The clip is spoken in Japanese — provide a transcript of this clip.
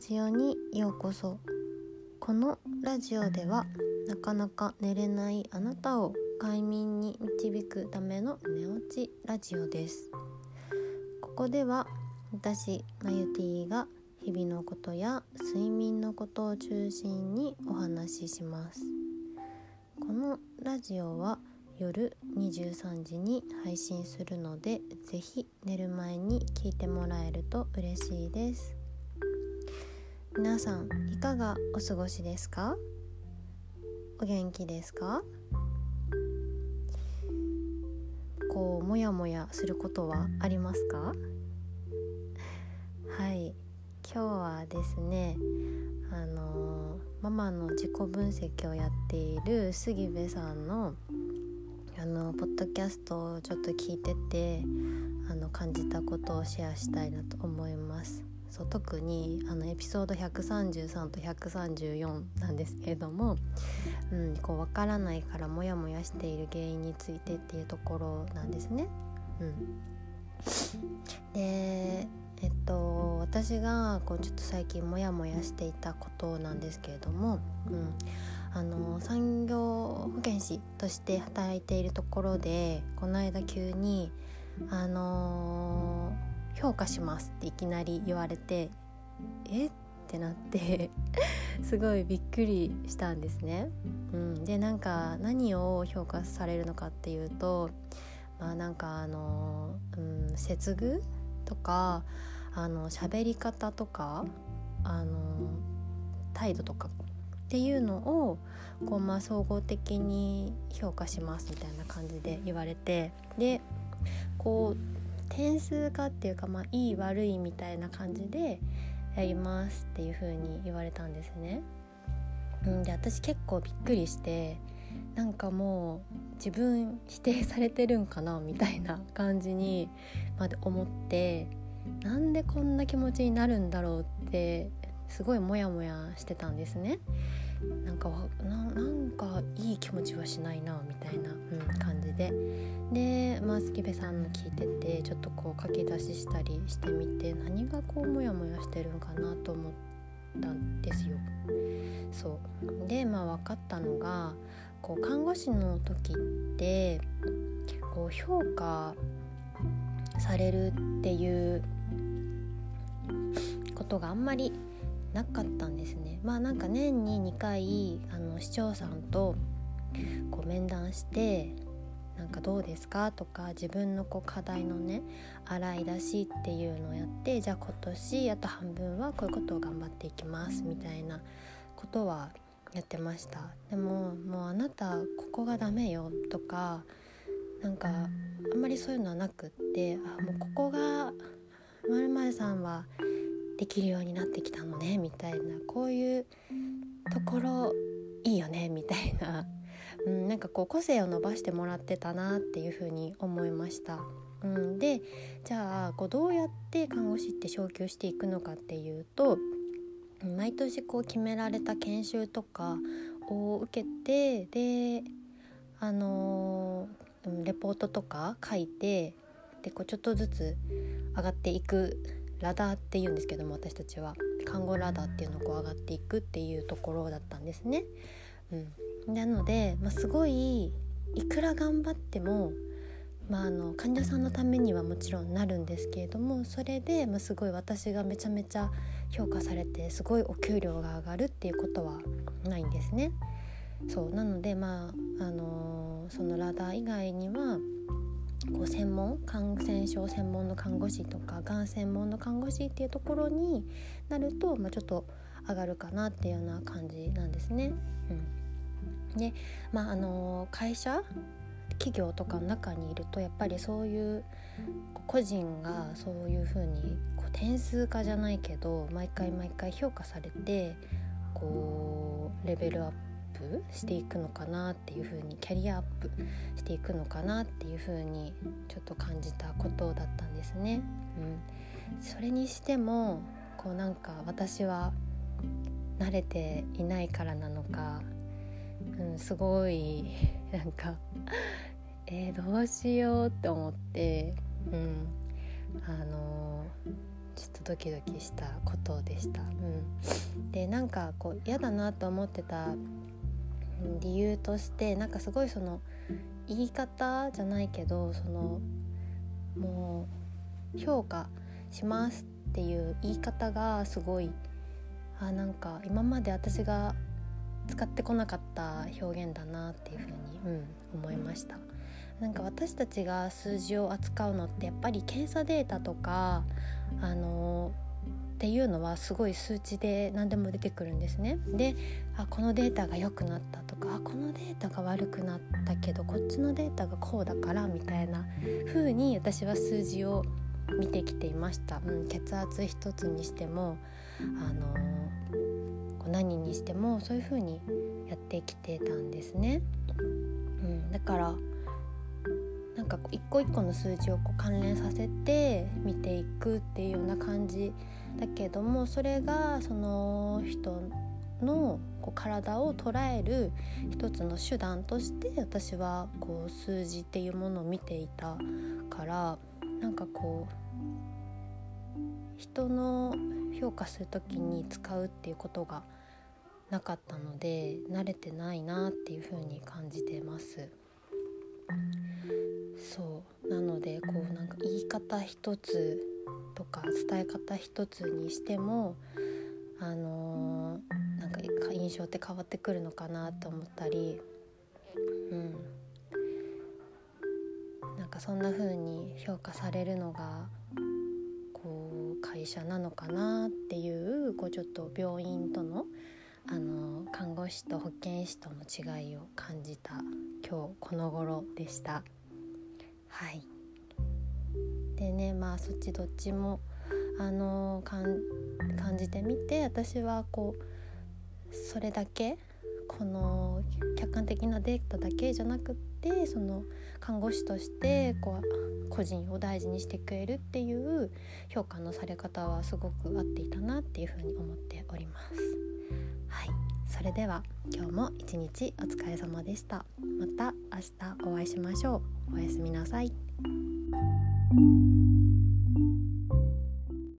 ジオにようこそ。このラジオではなかなか寝れないあなたを快眠に導くための寝落ちラジオです。ここでは私マユティが日々のことや睡眠のことを中心にお話しします。このラジオは夜23時に配信するので、ぜひ寝る前に聞いてもらえると嬉しいです。皆さんいかがお過ごしですか？お元気ですか？もやもやすることはありますか？はい、今日はですねママの自己分析をやっている杉部さんのポッドキャストをちょっと聞いてて感じたことをシェアしたいなと思います。特にエピソード133と134なんですけれども、わからないからモヤモヤしている原因についてっていうところなんですね。で私がちょっと最近モヤモヤしていたことなんですけれども、産業保健師として働いているところでこの間急に評価しますっていきなり言われてってなってすごいびっくりしたんですね。で何を評価されるのかっていうと、接遇とか喋り方とか態度とかっていうのを総合的に評価しますみたいな感じで言われて、で点数化っていうか、いい悪いみたいな感じでやりますっていう風に言われたんですね。で私結構びっくりして、もう自分否定されてるんかなみたいな感じにまで思って、なんでこんな気持ちになるんだろうってすごいモヤモヤしてたんですね。なんかいい気持ちはしないなみたいな、感じで杉部さんの聞いててちょっと書き出ししたりしてみて、何がモヤモヤしてるんかなと思ったんですよ。そうで分かったのが看護師の時って評価されるっていうことがあんまりなかったんですね。年に2回市長さんと面談してどうですかとか、自分の課題のね洗い出しっていうのをやって、じゃあ今年あと半分はこういうことを頑張っていきますみたいなことはやってました。でももうあなたここがダメよとかあんまりそういうのはなくって、もうここが〇〇さんはできるようになってきたのねみたいな、こういうところいいよねみたいな、個性を伸ばしてもらってたなっていうふうに思いました。でじゃあどうやって看護師って昇給していくのかっていうと、毎年決められた研修とかを受けて、でレポートとか書いて、でちょっとずつ上がっていくラダーっていうんですけども、私たちは看護ラダーっていうのを上がっていくっていうところだったんですね。なので、すごいいくら頑張っても、患者さんのためにはもちろんなるんですけれども、それで、すごい私がめちゃめちゃ評価されてすごいお給料が上がるっていうことはないんですね。なのでそのラダー以外には感染症専門の看護師とかがん専門の看護師っていうところになると、ちょっと上がるかなっていうような感じなんですね。で会社企業とかの中にいると、やっぱりそういう個人がそういう風に点数化じゃないけど毎回評価されてレベルアップしていくのかなっていう風に、キャリアアップしていくのかなっていう風にちょっと感じたことだったんですね。それにしても私は慣れていないからなのか、すごいどうしようって思って、 ちょっとドキドキしたことでした。でなんかこう嫌だなと思ってた理由として、なんかすごいその言い方じゃないけど、そのもう評価しますっていう言い方がすごいなんか今まで私が使ってこなかった表現だなっていうふうに、思いました。なんか私たちが数字を扱うのってやっぱり検査データとかっていうのはすごい数値で何でも出てくるんですね。でこのデータが良くなったとか、このデータが悪くなったけどこっちのデータがこうだからみたいな風に私は数字を見てきていました。血圧一つにしても何にしてもそういう風にやってきてたんですね。だからなんか一個一個の数字をこう関連させて見ていくっていうような感じだけども、それがその人のこう体を捉える一つの手段として私はこう数字っていうものを見ていたから、なんかこう人の評価するときに使うっていうことがなかったので慣れてないなっていうふうに感じてます。そうなのでこうなんか言い方一つとか伝え方一つにしてもなんか印象って変わってくるのかなと思ったり、なんかそんな風に評価されるのがこう会社なのかなっていう、こうちょっと病院との看護師と保健師との違いを感じた今日この頃でした。はい。でね、そっちどっちも感じてみて、私はこうそれだけこの客観的なデータだけじゃなくって、その看護師としてこう個人を大事にしてくれるっていう評価のされ方はすごく合っていたなっていうふうに思っております。はい、それでは今日も一日お疲れ様でした。また明日お会いしましょう。おやすみなさい。